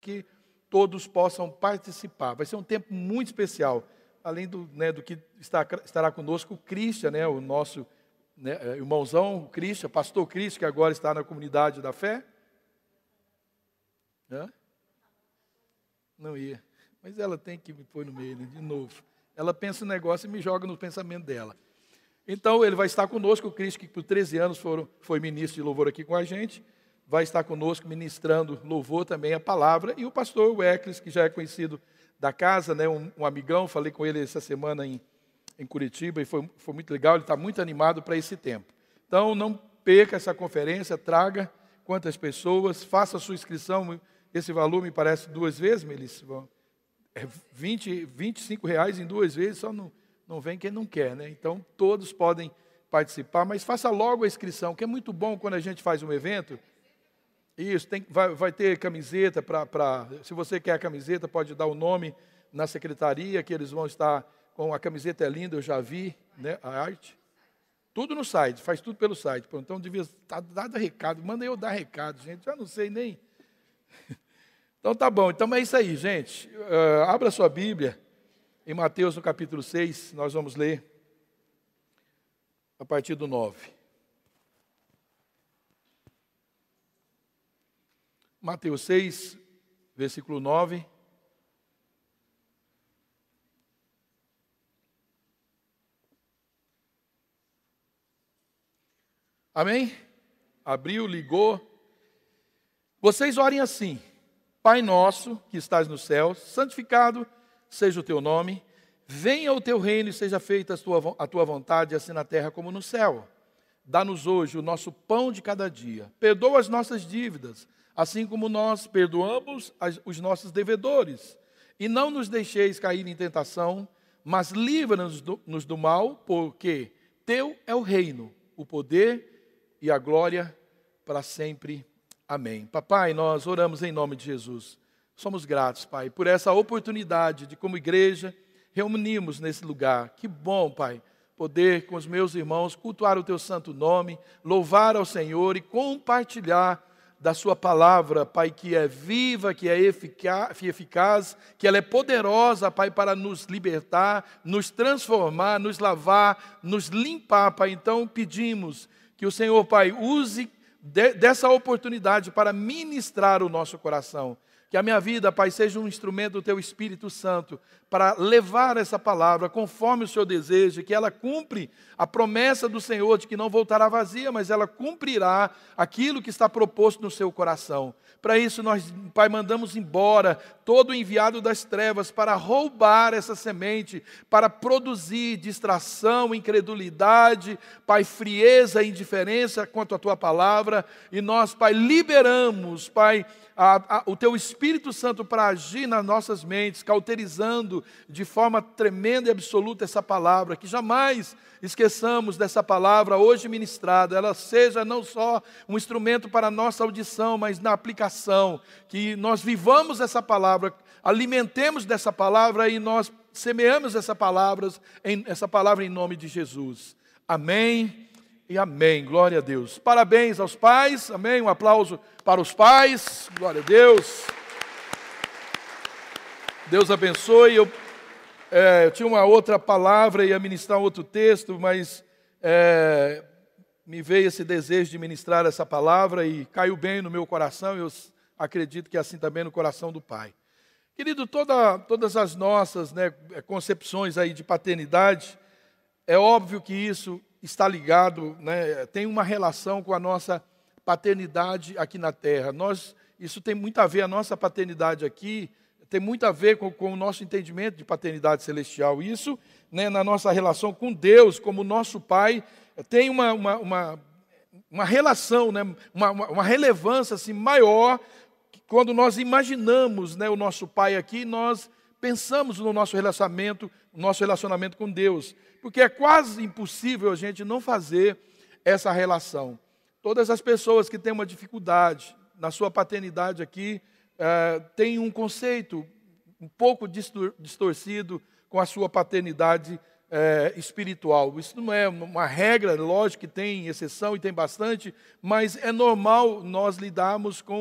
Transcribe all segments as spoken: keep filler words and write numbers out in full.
que todos possam participar. Vai ser um tempo muito especial, além do, né, do que está, estará conosco o Christian, né, o nosso, né, irmãozão, o Christian, pastor Christian, que agora está na comunidade da fé. Hã? Não ia, mas ela tem que me pôr no meio, né, de novo. Ela pensa um negócio e me joga no pensamento dela. Então, ele vai estar conosco, o Cristo, que por treze anos foram, foi ministro de louvor aqui com a gente, vai estar conosco ministrando louvor também a palavra, e o pastor Weckles, que já é conhecido da casa, né, um, um amigão, falei com ele essa semana em, em Curitiba, e foi, foi muito legal, ele está muito animado para esse tempo. Então, não perca essa conferência, traga quantas pessoas, faça a sua inscrição, esse valor me parece duas vezes, Melissa, é vinte, vinte e cinco reais em duas vezes, só não... Não vem quem não quer, né? Então, todos podem participar, mas faça logo a inscrição, que é muito bom quando a gente faz um evento. Isso, tem, vai, vai ter camiseta, para, se você quer a camiseta, pode dar o nome na secretaria, que eles vão estar com a camiseta é linda, eu já vi, né, a arte. Tudo no site, faz tudo pelo site. Então, devia estar dado recado, manda eu dar recado, gente, já não sei nem. Então, tá bom, então é isso aí, gente. Uh, abra sua Bíblia. Em Mateus, no capítulo seis, nós vamos ler a partir do nove. Mateus seis, versículo nove. Amém? Abriu, ligou. Vocês orem assim: Pai nosso, que estás no céu, santificado seja o teu nome, venha o teu reino e seja feita a tua, a tua vontade, assim na terra como no céu. Dá-nos hoje o nosso pão de cada dia. Perdoa as nossas dívidas, assim como nós perdoamos as, os nossos devedores. E não nos deixeis cair em tentação, mas livra-nos do, nos do mal, porque teu é o reino, o poder e a glória para sempre. Amém. Papai, nós oramos em nome de Jesus. Somos gratos, Pai, por essa oportunidade de, como igreja, reunirmos nesse lugar. Que bom, Pai, poder com os meus irmãos cultuar o Teu santo nome, louvar ao Senhor e compartilhar da Sua palavra, Pai, que é viva, que é eficaz, que ela é poderosa, Pai, para nos libertar, nos transformar, nos lavar, nos limpar, Pai. Então pedimos que o Senhor, Pai, use de, dessa oportunidade para ministrar o nosso coração. Que a minha vida, Pai, seja um instrumento do Teu Espírito Santo para levar essa palavra conforme o Senhor deseja, que ela cumpre a promessa do Senhor de que não voltará vazia, mas ela cumprirá aquilo que está proposto no seu coração. Para isso, nós, Pai, mandamos embora todo o enviado das trevas para roubar essa semente, para produzir distração, incredulidade, Pai, frieza, indiferença quanto à Tua palavra. E nós, Pai, liberamos, Pai, A, a, o Teu Espírito Santo para agir nas nossas mentes, cauterizando de forma tremenda e absoluta essa palavra, que jamais esqueçamos dessa palavra hoje ministrada, ela seja não só um instrumento para a nossa audição, mas na aplicação, que nós vivamos essa palavra, alimentemos dessa palavra e nós semeamos essa palavra em, essa palavra em nome de Jesus. Amém. E amém, glória a Deus. Parabéns aos pais, amém, um aplauso para os pais, glória a Deus. Deus abençoe. Eu, é, eu tinha uma outra palavra, ia ministrar outro texto, mas é, me veio esse desejo de ministrar essa palavra e caiu bem no meu coração, eu acredito que assim também no coração do pai. Querido, toda, todas as nossas, né, concepções aí de paternidade, é óbvio que isso está ligado, né, tem uma relação com a nossa paternidade aqui na terra. Nós, isso tem muito a ver, a nossa paternidade aqui, tem muito a ver com, com o nosso entendimento de paternidade celestial. Isso, né, na nossa relação com Deus, como nosso Pai, tem uma, uma, uma, uma relação, né, uma, uma relevância assim, maior, que quando nós imaginamos, né, o nosso Pai aqui, nós pensamos no nosso relacionamento, nosso relacionamento com Deus. Porque é quase impossível a gente não fazer essa relação. Todas as pessoas que têm uma dificuldade na sua paternidade aqui, é, têm um conceito um pouco distor- distorcido com a sua paternidade é, espiritual. Isso não é uma regra, lógico que tem exceção e tem bastante, mas é normal nós lidarmos com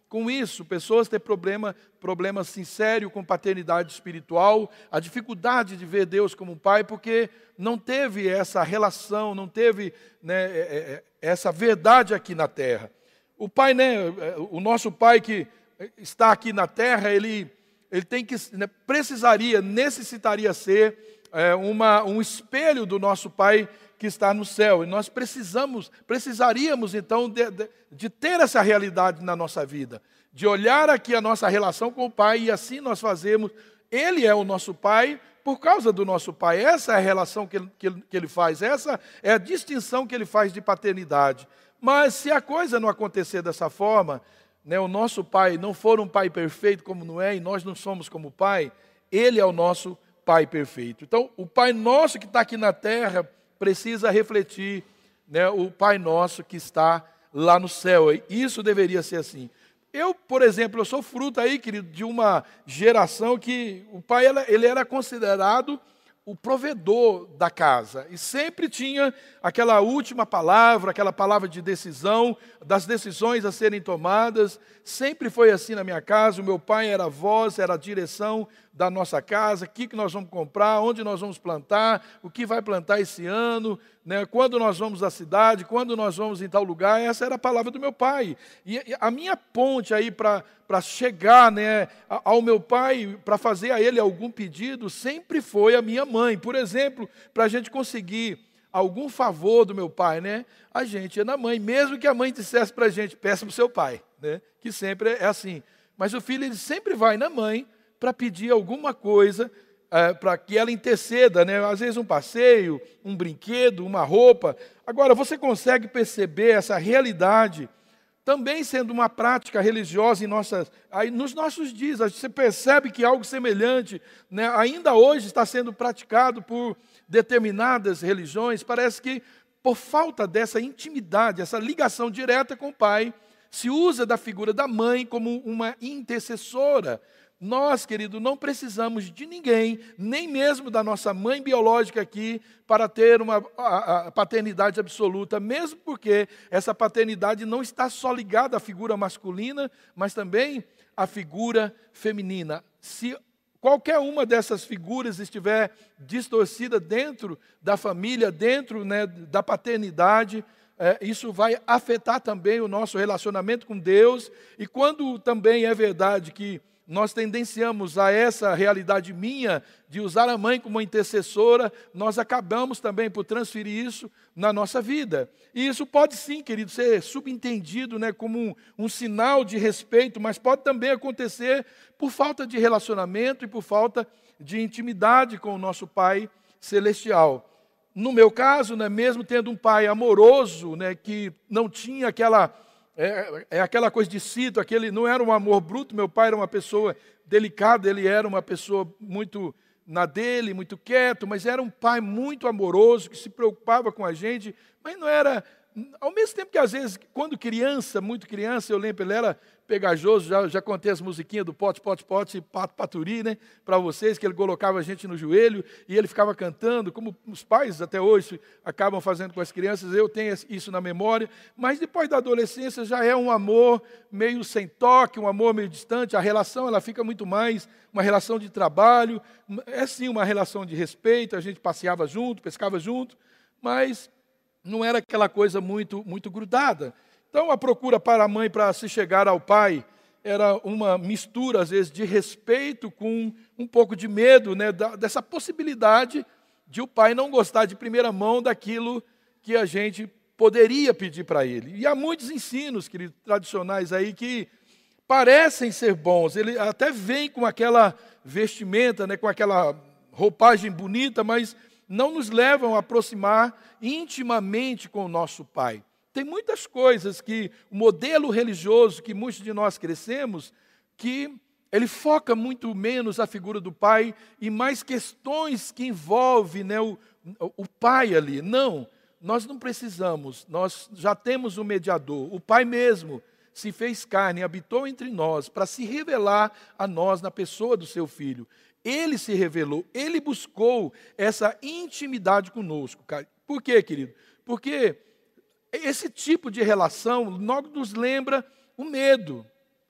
com isso, pessoas têm problema, problema assim, sério com paternidade espiritual, a dificuldade de ver Deus como pai, porque não teve essa relação, não teve, né, essa verdade aqui na terra. O pai, né, o nosso pai que está aqui na terra, ele, ele tem que, né, precisaria, necessitaria ser é, uma, um espelho do nosso pai que está no céu. E nós precisamos, precisaríamos então de, de, de ter essa realidade na nossa vida, de olhar aqui a nossa relação com o Pai e assim nós fazemos. Ele é o nosso Pai por causa do nosso Pai. Essa é a relação que ele, que, que ele faz, essa é a distinção que ele faz de paternidade. Mas se a coisa não acontecer dessa forma, né, o nosso Pai não for um Pai perfeito como não é, e nós não somos como o Pai, Ele é o nosso Pai perfeito. Então, o Pai nosso que está aqui na terra precisa refletir, né, o Pai Nosso que está lá no céu. Isso deveria ser assim. Eu, por exemplo, eu sou fruto aí, querido, de uma geração que o pai ele era considerado o provedor da casa. E sempre tinha aquela última palavra, aquela palavra de decisão, das decisões a serem tomadas. Sempre foi assim na minha casa. O meu pai era a voz, era a direção da nossa casa. O que, que nós vamos comprar, onde nós vamos plantar, o que vai plantar esse ano, né? Quando nós vamos à cidade, quando nós vamos em tal lugar. Essa era a palavra do meu pai. E a minha ponte aí para para chegar, né, ao meu pai, para fazer a ele algum pedido, sempre foi a minha mãe. Por exemplo, para a gente conseguir algum favor do meu pai, né, a gente ia na mãe, mesmo que a mãe dissesse para a gente, peça para o seu pai, né, que sempre é assim. Mas o filho ele sempre vai na mãe para pedir alguma coisa, é, para que ela interceda, né, às vezes um passeio, um brinquedo, uma roupa. Agora, você consegue perceber essa realidade também sendo uma prática religiosa em nossas, aí nos nossos dias? Você percebe que algo semelhante, né, ainda hoje está sendo praticado por determinadas religiões. Parece que por falta dessa intimidade, essa ligação direta com o pai, se usa da figura da mãe como uma intercessora. Nós, querido, não precisamos de ninguém, nem mesmo da nossa mãe biológica aqui, para ter uma a, a paternidade absoluta, mesmo porque essa paternidade não está só ligada à figura masculina, mas também à figura feminina. Se qualquer uma dessas figuras estiver distorcida dentro da família, dentro, né, da paternidade, é, isso vai afetar também o nosso relacionamento com Deus. E quando também é verdade que nós tendenciamos a essa realidade minha de usar a mãe como intercessora, nós acabamos também por transferir isso na nossa vida. E isso pode sim, querido, ser subentendido, né, como um, um sinal de respeito, mas pode também acontecer por falta de relacionamento e por falta de intimidade com o nosso Pai Celestial. No meu caso, né, mesmo tendo um pai amoroso, né, que não tinha aquela... É, é aquela coisa de cito, aquele, não era um amor bruto. Meu pai era uma pessoa delicada, ele era uma pessoa muito na dele, muito quieto, mas era um pai muito amoroso, que se preocupava com a gente, mas não era, ao mesmo tempo que às vezes, quando criança, muito criança, eu lembro, ele era pegajoso, já, já contei as musiquinhas do pote, pote, pote, pato, paturi, né, para vocês, que ele colocava a gente no joelho e ele ficava cantando, como os pais até hoje acabam fazendo com as crianças. Eu tenho isso na memória, mas depois da adolescência já é um amor meio sem toque, um amor meio distante. A relação ela fica muito mais uma relação de trabalho, é sim uma relação de respeito, a gente passeava junto, pescava junto, mas não era aquela coisa muito, muito grudada. Então, a procura para a mãe para se chegar ao pai era uma mistura, às vezes, de respeito com um pouco de medo, né, da, dessa possibilidade de o pai não gostar de primeira mão daquilo que a gente poderia pedir para ele. E há muitos ensinos, queridos, tradicionais aí que parecem ser bons. Ele até vem com aquela vestimenta, né, com aquela roupagem bonita, mas não nos levam a aproximar intimamente com o nosso pai. Tem muitas coisas que o modelo religioso que muitos de nós crescemos, que ele foca muito menos a figura do pai e mais questões que envolvem, né, o, o pai ali. Não, nós não precisamos, nós já temos um mediador. O pai mesmo se fez carne, habitou entre nós para se revelar a nós na pessoa do seu filho. Ele se revelou, ele buscou essa intimidade conosco. Por quê, querido? Porque esse tipo de relação logo nos lembra o medo.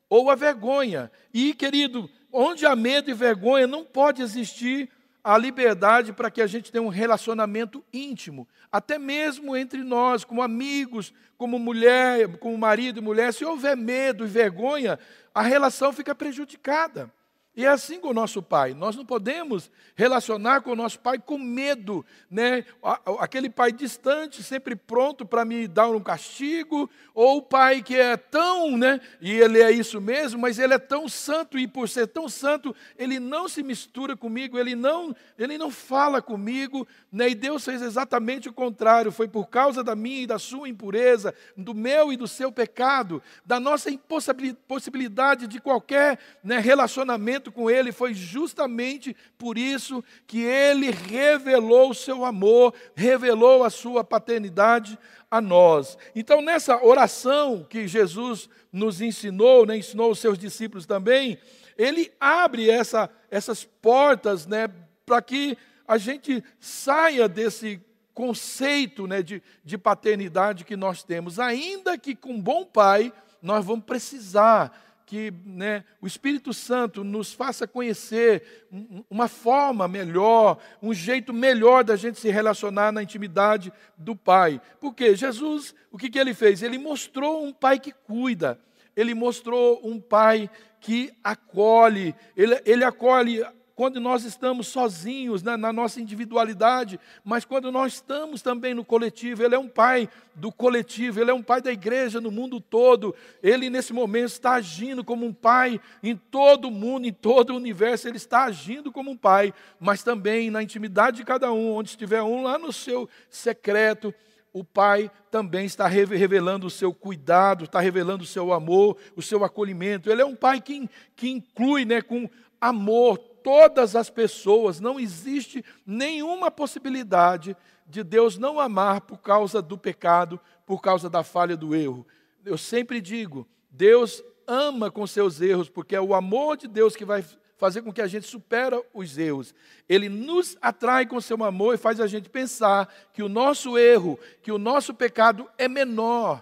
ou a vergonha. E, querido, onde há medo e vergonha, não pode existir a liberdade para que a gente tenha um relacionamento íntimo, até mesmo entre nós, como amigos, como mulher, como marido e mulher. Se houver medo e vergonha, a relação fica prejudicada. E é assim com o nosso pai. Nós não podemos relacionar com o nosso pai com medo, né? Aquele pai distante, sempre pronto para me dar um castigo, ou o pai que é tão, né? E ele é isso mesmo, mas ele é tão santo, e por ser tão santo, ele não se mistura comigo, ele não, ele não fala comigo, né? E Deus fez exatamente o contrário. Foi por causa da minha e da sua impureza, do meu e do seu pecado, da nossa impossibilidade de qualquer, né, relacionamento com Ele. Foi justamente por isso que Ele revelou o seu amor, revelou a sua paternidade a nós. Então, nessa oração que Jesus nos ensinou, né, ensinou os seus discípulos também, Ele abre essa, essas portas, né, para que a gente saia desse conceito, né, de, de paternidade que nós temos. Ainda que com um bom pai, nós vamos precisar que, né, o Espírito Santo nos faça conhecer uma forma melhor, um jeito melhor da gente se relacionar na intimidade do Pai. Porque Jesus, o que, que Ele fez? Ele mostrou um Pai que cuida, Ele mostrou um Pai que acolhe, Ele, ele acolhe quando nós estamos sozinhos, né, na nossa individualidade, mas quando nós estamos também no coletivo. Ele é um pai do coletivo, Ele é um pai da igreja no mundo todo. Ele, nesse momento, está agindo como um pai em todo o mundo, em todo o universo. Ele está agindo como um pai, mas também na intimidade de cada um, onde estiver um lá no seu secreto, o Pai também está revelando o seu cuidado, está revelando o seu amor, o seu acolhimento. Ele é um Pai que, que inclui, né, com amor todas as pessoas. Não existe nenhuma possibilidade de Deus não amar por causa do pecado, por causa da falha do erro. Eu sempre digo, Deus ama com seus erros, porque é o amor de Deus que vai fazer com que a gente supere os erros. Ele nos atrai com seu amor e faz a gente pensar que o nosso erro, que o nosso pecado é menor.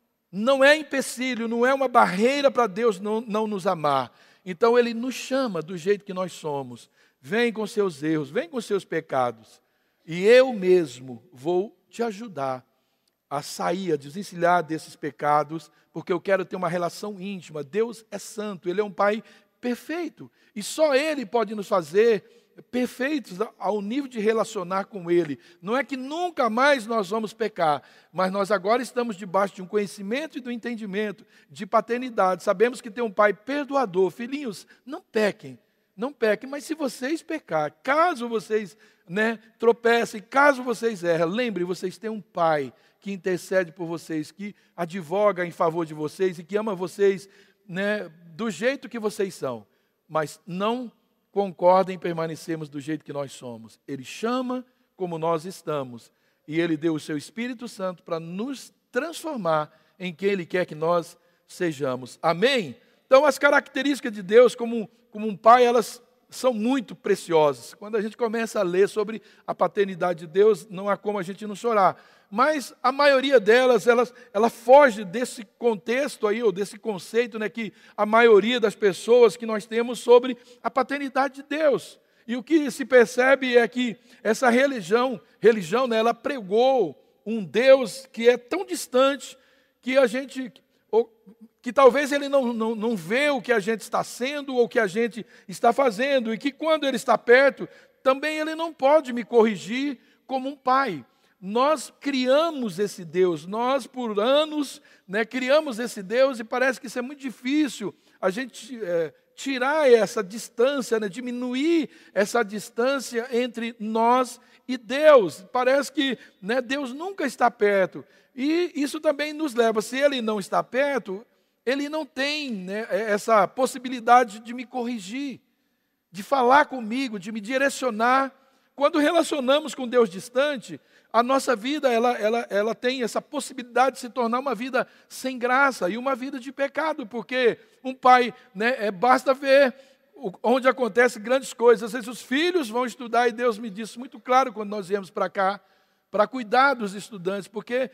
Não é empecilho, não é uma barreira para Deus não, não nos amar. Então Ele nos chama do jeito que nós somos. Vem com seus erros, vem com seus pecados. E eu mesmo vou te ajudar a sair, a desencilhar desses pecados, porque eu quero ter uma relação íntima. Deus é santo, Ele é um Pai perfeito. E só Ele pode nos fazer perfeitos ao nível de relacionar com Ele. Não é que nunca mais nós vamos pecar, mas nós agora estamos debaixo de um conhecimento e do entendimento de paternidade. Sabemos que tem um Pai perdoador. Filhinhos, não pequem, não pequem, mas se vocês pecar, caso vocês, né, tropecem, caso vocês errem, lembrem, vocês têm um Pai que intercede por vocês, que advoga em favor de vocês e que ama vocês, né, do jeito que vocês são. Mas não concordem em permanecermos do jeito que nós somos. Ele chama como nós estamos. E Ele deu o seu Espírito Santo para nos transformar em quem Ele quer que nós sejamos. Amém? Então, as características de Deus como, como um pai, elas são muito preciosas. Quando a gente começa a ler sobre a paternidade de Deus, não há como a gente não chorar. Mas a maioria delas, elas, ela foge desse contexto aí, ou desse conceito, né, que a maioria das pessoas que nós temos sobre a paternidade de Deus. E o que se percebe é que essa religião, religião, né, ela pregou um Deus que é tão distante que a gente, ou, que talvez Ele não, não, não vê o que a gente está sendo ou o que a gente está fazendo, e que quando Ele está perto, também Ele não pode me corrigir como um pai. Nós criamos esse Deus, nós por anos, né, criamos esse Deus, e parece que isso é muito difícil, a gente é, tirar essa distância, né, diminuir essa distância entre nós e Deus. Parece que, né, Deus nunca está perto, e isso também nos leva, se Ele não está perto, Ele não tem, né, essa possibilidade de me corrigir, de falar comigo, de me direcionar. Quando relacionamos com Deus distante, a nossa vida ela, ela, ela tem essa possibilidade de se tornar uma vida sem graça e uma vida de pecado, porque um pai, né, é, basta ver onde acontecem grandes coisas. Às vezes os filhos vão estudar, e Deus me disse muito claro quando nós viemos para cá, para cuidar dos estudantes, porque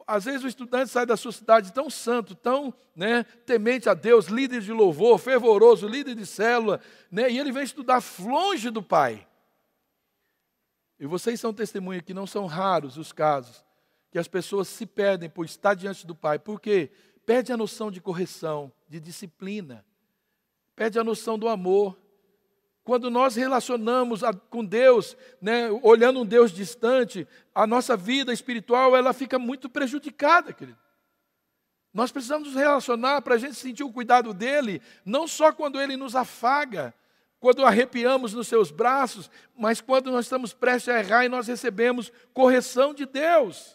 às vezes o estudante sai da sua cidade tão santo, tão, né, temente a Deus, líder de louvor, fervoroso, líder de célula, né, e ele vem estudar longe do Pai. E vocês são testemunha que não são raros os casos que as pessoas se perdem por estar diante do Pai. Por quê? Perde a noção de correção, de disciplina, perde a noção do amor. Quando nós relacionamos a, com Deus, né, olhando um Deus distante, a nossa vida espiritual ela fica muito prejudicada, querido. Nós precisamos nos relacionar para a gente sentir o cuidado dEle, não só quando Ele nos afaga, quando arrepiamos nos seus braços, mas quando nós estamos prestes a errar e nós recebemos correção de Deus.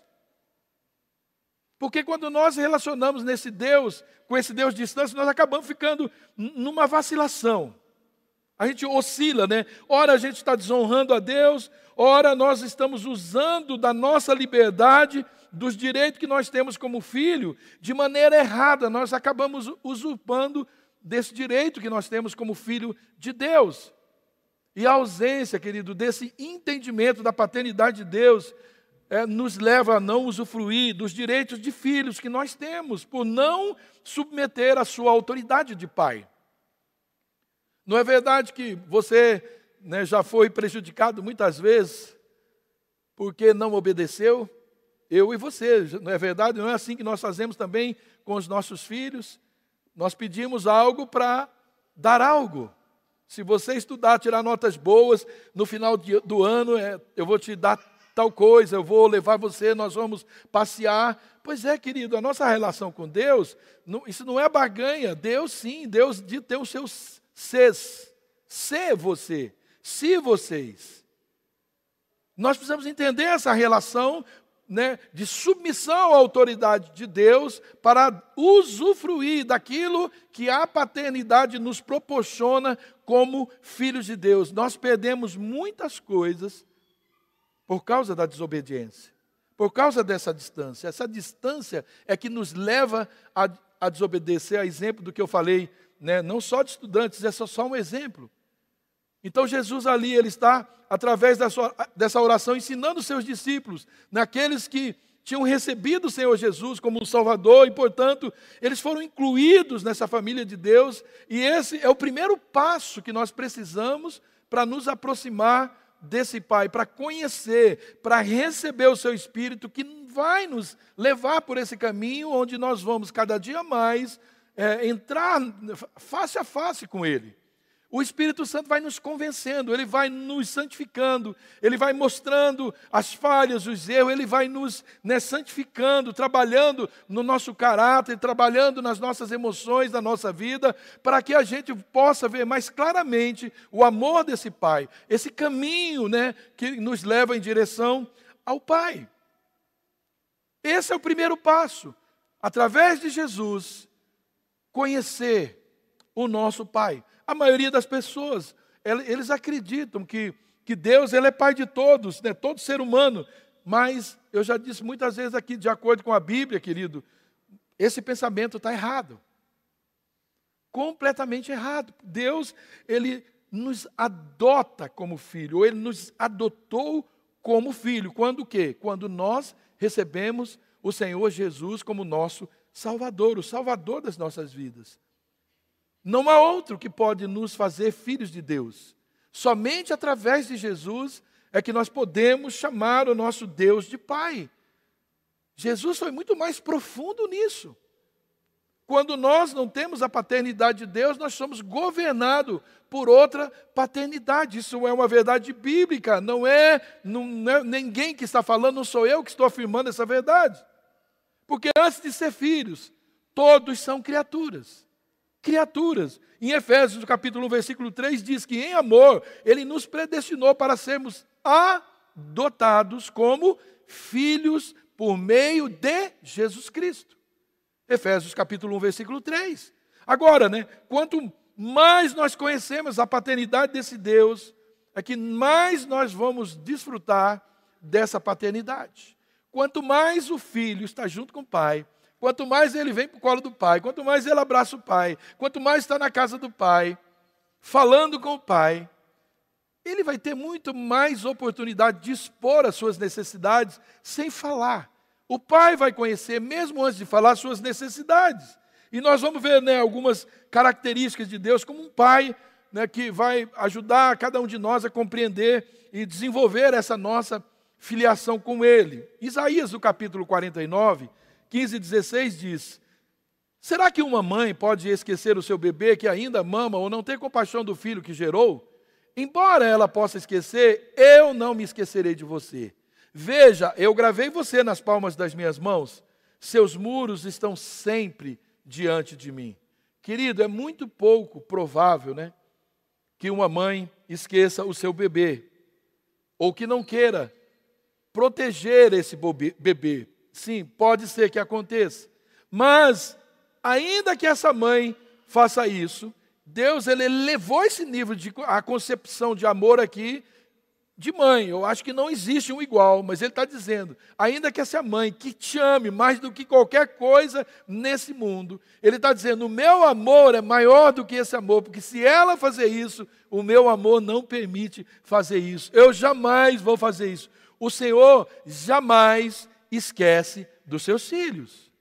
Porque quando nós relacionamos nesse Deus, com esse Deus distante, nós acabamos ficando numa vacilação. A gente oscila, né? Ora a gente está desonrando a Deus, ora nós estamos usando da nossa liberdade, dos direitos que nós temos como filho, de maneira errada. Nós acabamos usurpando desse direito que nós temos como filho de Deus. E a ausência, querido, desse entendimento da paternidade de Deus, é, nos leva a não usufruir dos direitos de filhos que nós temos, por não submeter a sua autoridade de pai. Não é verdade que você, né, já foi prejudicado muitas vezes porque não obedeceu? Eu e você, não é verdade? Não é assim que nós fazemos também com os nossos filhos? Nós pedimos algo para dar algo. Se você estudar, tirar notas boas, no final do ano é, eu vou te dar tal coisa, eu vou levar você, nós vamos passear. Pois é, querido, a nossa relação com Deus, não, isso não é barganha. Deus sim, Deus tem os seus Ses, se você, se vocês. Nós precisamos entender essa relação, né, de submissão à autoridade de Deus para usufruir daquilo que a paternidade nos proporciona como filhos de Deus. Nós perdemos muitas coisas por causa da desobediência, por causa dessa distância. Essa distância é que nos leva a, a desobedecer, a exemplo do que eu falei, né, não só de estudantes, é só, só um exemplo. Então Jesus ali, ele está, através da sua, dessa oração, ensinando os seus discípulos, naqueles que tinham recebido o Senhor Jesus como um Salvador, e portanto, eles foram incluídos nessa família de Deus, e esse é o primeiro passo que nós precisamos para nos aproximar desse Pai, para conhecer, para receber o seu Espírito, que vai nos levar por esse caminho, onde nós vamos cada dia mais É, entrar face a face com Ele. O Espírito Santo vai nos convencendo, Ele vai nos santificando, Ele vai mostrando as falhas, os erros, Ele vai nos, né, santificando, trabalhando no nosso caráter, trabalhando nas nossas emoções, na nossa vida, para que a gente possa ver mais claramente o amor desse Pai, esse caminho, né, que nos leva em direção ao Pai. Esse é o primeiro passo. Através de Jesus, conhecer o nosso Pai. A maioria das pessoas, eles acreditam que, que Deus ele é Pai de todos, né? Todo ser humano. Mas, eu já disse muitas vezes aqui, de acordo com a Bíblia, querido, esse pensamento está errado. Completamente errado. Deus, Ele nos adota como filho, ou Ele nos adotou como filho. Quando o quê? Quando nós recebemos o Senhor Jesus como nosso Salvador, o Salvador das nossas vidas. Não há outro que pode nos fazer filhos de Deus. Somente através de Jesus é que nós podemos chamar o nosso Deus de Pai. Jesus foi muito mais profundo nisso. Quando nós não temos a paternidade de Deus, nós somos governados por outra paternidade. Isso é uma verdade bíblica, não é, não é ninguém que está falando, não sou eu que estou afirmando essa verdade. Porque antes de ser filhos, todos são criaturas. Criaturas. Em Efésios, capítulo um, versículo três, diz que em amor, Ele nos predestinou para sermos adotados como filhos por meio de Jesus Cristo. Efésios, capítulo um, versículo três. Agora, né, quanto mais nós conhecemos a paternidade desse Deus, é que mais nós vamos desfrutar dessa paternidade. Quanto mais o filho está junto com o pai, quanto mais ele vem para o colo do pai, quanto mais ele abraça o pai, quanto mais está na casa do pai, falando com o pai, ele vai ter muito mais oportunidade de expor as suas necessidades sem falar. O pai vai conhecer, mesmo antes de falar, suas necessidades. E nós vamos ver, né, algumas características de Deus como um pai, né, que vai ajudar cada um de nós a compreender e desenvolver essa nossa filiação com Ele. Isaías, no capítulo quarenta e nove, quinze e dezesseis, diz: será que uma mãe pode esquecer o seu bebê que ainda mama ou não ter compaixão do filho que gerou? Embora ela possa esquecer, eu não me esquecerei de você. Veja, eu gravei você nas palmas das minhas mãos. Seus muros estão sempre diante de mim. Querido, é muito pouco provável, né, que uma mãe esqueça o seu bebê, ou que não queira proteger esse bebê. Sim, pode ser que aconteça. Mas, ainda que essa mãe faça isso, Deus ele levou esse nível de a concepção de amor aqui de mãe. Eu acho que não existe um igual, mas ele está dizendo, ainda que essa mãe que te ame mais do que qualquer coisa nesse mundo, ele está dizendo, o meu amor é maior do que esse amor, porque se ela fazer isso, o meu amor não permite fazer isso. Eu jamais vou fazer isso. O Senhor jamais esquece dos seus filhos.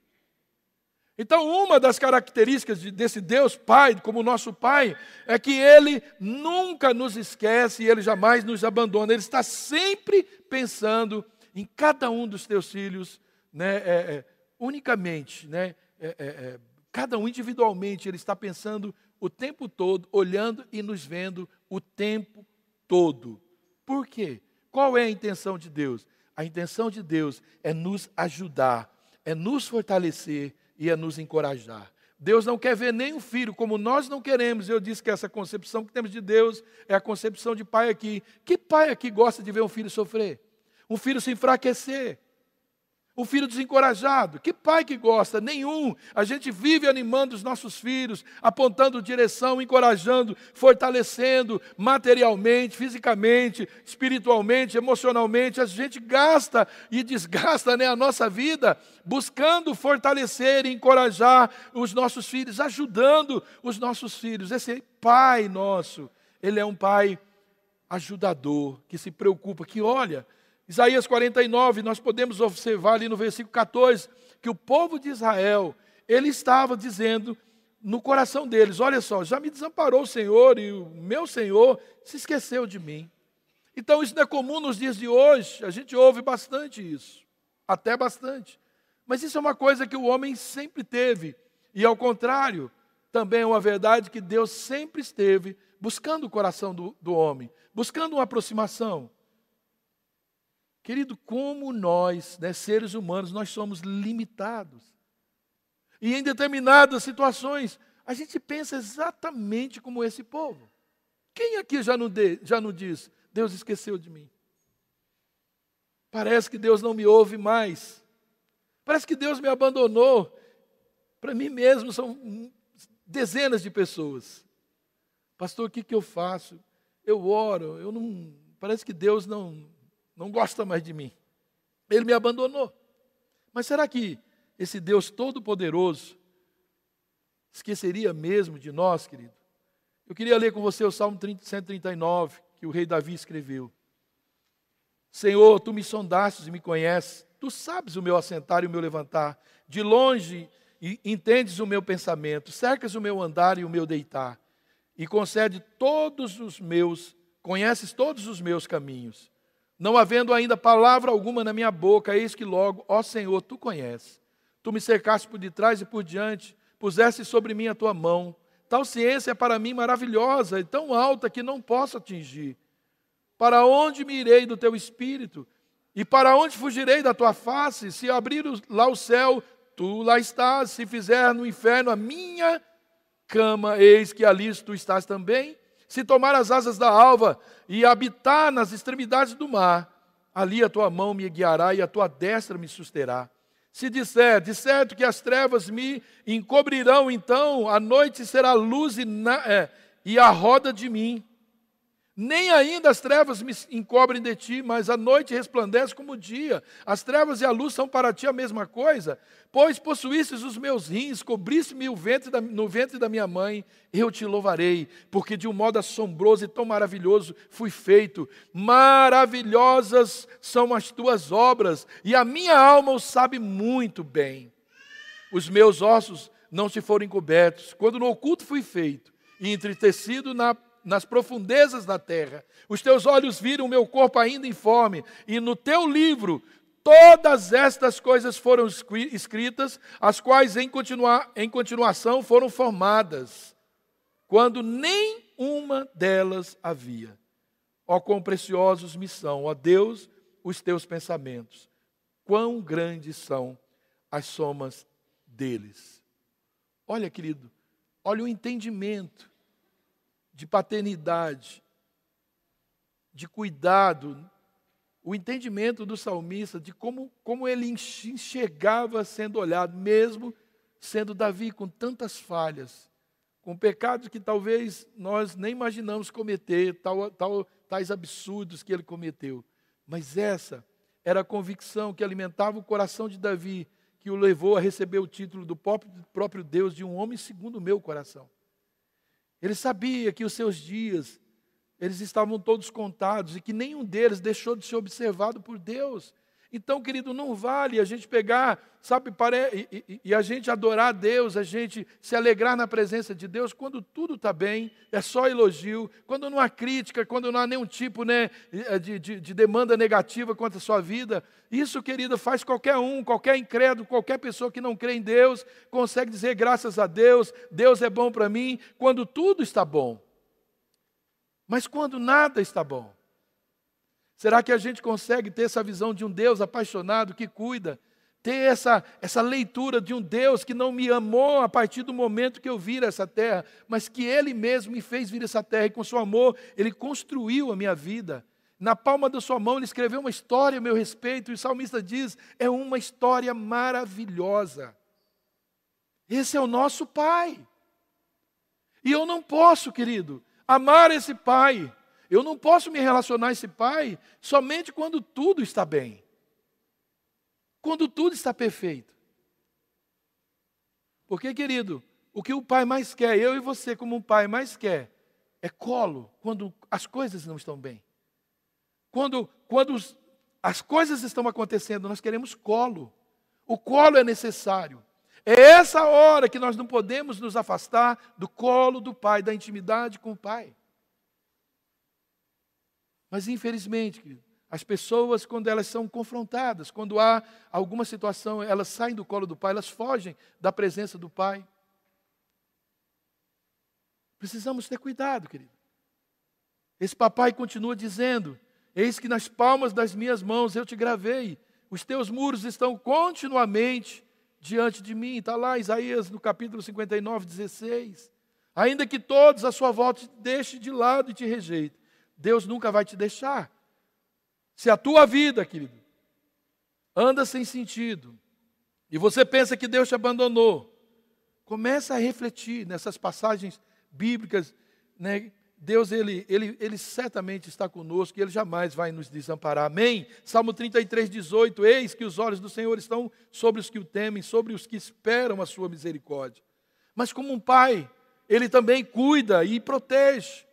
Então, uma das características desse Deus Pai, como nosso Pai, é que Ele nunca nos esquece e Ele jamais nos abandona. Ele está sempre pensando em cada um dos teus filhos, né, é, é, unicamente, né, é, é, é, cada um individualmente. Ele está pensando o tempo todo, olhando e nos vendo o tempo todo. Por quê? Qual é a intenção de Deus? A intenção de Deus é nos ajudar, é nos fortalecer, e a nos encorajar. Deus não quer ver nenhum filho, como nós não queremos. Eu disse que essa concepção que temos de Deus é a concepção de pai aqui. Que pai aqui gosta de ver um filho sofrer? Um filho se enfraquecer? Um filho desencorajado? Que pai que gosta? Nenhum. A gente vive animando os nossos filhos, apontando direção, encorajando, fortalecendo materialmente, fisicamente, espiritualmente, emocionalmente. A gente gasta e desgasta, né, a nossa vida buscando fortalecer e encorajar os nossos filhos, ajudando os nossos filhos. Esse pai nosso, ele é um pai ajudador, que se preocupa, que olha. Isaías quarenta e nove, nós podemos observar ali no versículo quatorze, que o povo de Israel, ele estava dizendo no coração deles, olha só, já me desamparou o Senhor e o meu Senhor se esqueceu de mim. Então isso não é comum nos dias de hoje, a gente ouve bastante isso, até bastante. Mas isso é uma coisa que o homem sempre teve, e ao contrário, também é uma verdade que Deus sempre esteve buscando o coração do, do homem, buscando uma aproximação. Querido, como nós, né, seres humanos, nós somos limitados. E em determinadas situações, a gente pensa exatamente como esse povo. Quem aqui já não, de, já não diz, Deus esqueceu de mim? Parece que Deus não me ouve mais. Parece que Deus me abandonou. Para mim mesmo, são dezenas de pessoas. Pastor, o que, que eu faço? Eu oro, eu não, parece que Deus não... não gosta mais de mim. Ele me abandonou. Mas será que esse Deus Todo-Poderoso esqueceria mesmo de nós, querido? Eu queria ler com você o Salmo cento e trinta e nove, que o rei Davi escreveu. Senhor, tu me sondastes e me conheces. Tu sabes o meu assentar e o meu levantar. De longe entendes o meu pensamento. Cercas o meu andar e o meu deitar. E concede todos os meus, conheces todos os meus caminhos. Não havendo ainda palavra alguma na minha boca, eis que logo, ó Senhor, tu conheces. Tu me cercaste por detrás e por diante, puseste sobre mim a tua mão. Tal ciência é para mim maravilhosa e tão alta que não posso atingir. Para onde me irei do teu espírito? E para onde fugirei da tua face? Se abrir lá o céu, tu lá estás. Se fizer no inferno a minha cama, eis que ali tu estás também. Se tomar as asas da alva e habitar nas extremidades do mar, ali a tua mão me guiará e a tua destra me susterá. Se disser, de certo que as trevas me encobrirão, então a noite será luz e, na, é, e a roda de mim. Nem ainda as trevas me encobrem de ti, mas a noite resplandece como o dia. As trevas e a luz são para ti a mesma coisa. Pois possuístes os meus rins, cobriste-me o ventre da, no ventre da minha mãe, eu te louvarei, porque de um modo assombroso e tão maravilhoso fui feito. Maravilhosas são as tuas obras, e a minha alma o sabe muito bem. Os meus ossos não te foram encobertos, quando no oculto fui feito, e entristecido na nas profundezas da terra. Os teus olhos viram o meu corpo ainda informe, e no teu livro todas estas coisas foram escritas, as quais em, continua, em continuação foram formadas, quando nem uma delas havia. Ó quão preciosos me são, ó Deus, os teus pensamentos, quão grandes são as somas deles. Olha, querido, olha o entendimento de paternidade, de cuidado, o entendimento do salmista de como, como ele enxergava sendo olhado, mesmo sendo Davi com tantas falhas, com pecados que talvez nós nem imaginamos cometer, tal, tal, tais absurdos que ele cometeu. Mas essa era a convicção que alimentava o coração de Davi, que o levou a receber o título do próprio, próprio Deus, de um homem segundo o meu coração. Ele sabia que os seus dias, eles estavam todos contados e que nenhum deles deixou de ser observado por Deus. Então, querido, não vale a gente pegar, sabe, pare... e, e, e a gente adorar a Deus, a gente se alegrar na presença de Deus, quando tudo está bem, é só elogio, quando não há crítica, quando não há nenhum tipo, né, de, de, de demanda negativa contra a sua vida. Isso, querido, faz qualquer um, qualquer incrédulo, qualquer pessoa que não crê em Deus, consegue dizer graças a Deus, Deus é bom para mim, quando tudo está bom. Mas quando nada está bom, será que a gente consegue ter essa visão de um Deus apaixonado que cuida? Ter essa, essa leitura de um Deus que não me amou a partir do momento que eu vir essa terra, mas que Ele mesmo me fez vir essa terra e com seu amor Ele construiu a minha vida. Na palma da sua mão Ele escreveu uma história a meu respeito e o salmista diz, é uma história maravilhosa. Esse é o nosso Pai. E eu não posso, querido, amar esse Pai. Eu não posso me relacionar a esse Pai somente quando tudo está bem. Quando tudo está perfeito. Porque, querido, o que o Pai mais quer, eu e você como um pai mais quer, é colo quando as coisas não estão bem. Quando, quando os, as coisas estão acontecendo, nós queremos colo. O colo é necessário. É essa hora que nós não podemos nos afastar do colo do Pai, da intimidade com o Pai. Mas, infelizmente, querido, as pessoas, quando elas são confrontadas, quando há alguma situação, elas saem do colo do Pai, elas fogem da presença do Pai. Precisamos ter cuidado, querido. Esse papai continua dizendo, eis que nas palmas das minhas mãos eu te gravei, os teus muros estão continuamente diante de mim. Está lá Isaías no capítulo cinquenta e nove, dezesseis. Ainda que todos à sua volta te deixem de lado e te rejeitem, Deus nunca vai te deixar. Se a tua vida, querido, anda sem sentido, e você pensa que Deus te abandonou, começa a refletir nessas passagens bíblicas, né? Deus, ele, ele, ele certamente está conosco, e Ele jamais vai nos desamparar. Amém? Salmo trinta e três, dezoito, eis que os olhos do Senhor estão sobre os que o temem, sobre os que esperam a sua misericórdia. Mas como um pai, Ele também cuida e protege.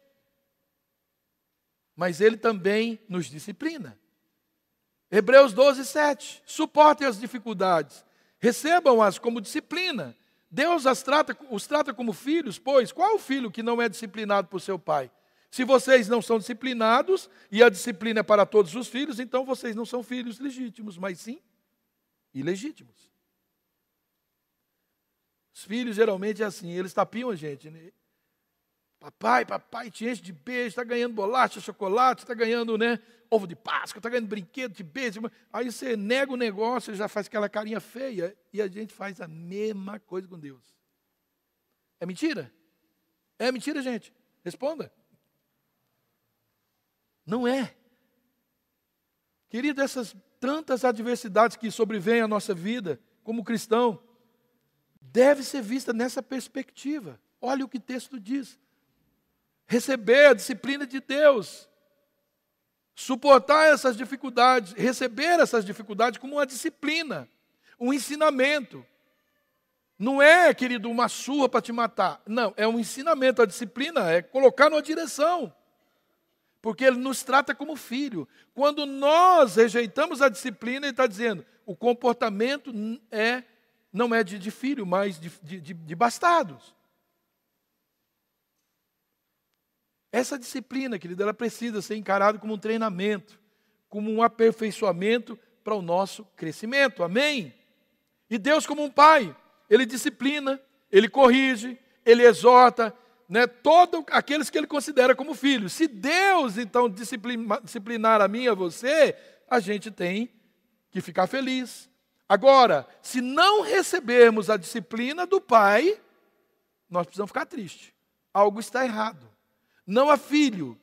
Mas Ele também nos disciplina. Hebreus doze, sete. Suportem as dificuldades, recebam-as como disciplina. Deus as trata, os trata como filhos, pois qual é o filho que não é disciplinado por seu pai? Se vocês não são disciplinados, e a disciplina é para todos os filhos, então vocês não são filhos legítimos, mas sim ilegítimos. Os filhos geralmente é assim, eles tapiam a gente, né? Papai, papai, te enche de beijo, está ganhando bolacha, chocolate, está ganhando, né, ovo de Páscoa, está ganhando brinquedo, de beijo. Aí você nega o negócio, já faz aquela carinha feia, e a gente faz a mesma coisa com Deus. É mentira? É mentira, gente? Responda. Não é. Querido, essas tantas adversidades que sobrevêm à nossa vida, como cristão, deve ser vista nessa perspectiva. Olha o que o texto diz. receber a disciplina de Deus, suportar essas dificuldades, receber essas dificuldades como uma disciplina, um ensinamento. Não é, querido, uma surra para te matar. Não, é um ensinamento. A disciplina é colocar numa direção. Porque Ele nos trata como filho. Quando nós rejeitamos a disciplina, Ele está dizendo, o comportamento é, não é de, de filho, mas de, de, de bastardos. Essa disciplina, querido, ela precisa ser encarada como um treinamento, como um aperfeiçoamento para o nosso crescimento. Amém? E Deus, como um pai, Ele disciplina, Ele corrige, Ele exorta, né, todos aqueles que Ele considera como filhos. Se Deus, então, disciplina, disciplinar a mim e a você, a gente tem que ficar feliz. Agora, se não recebermos a disciplina do Pai, nós precisamos ficar tristes. Algo está errado. Não há filho.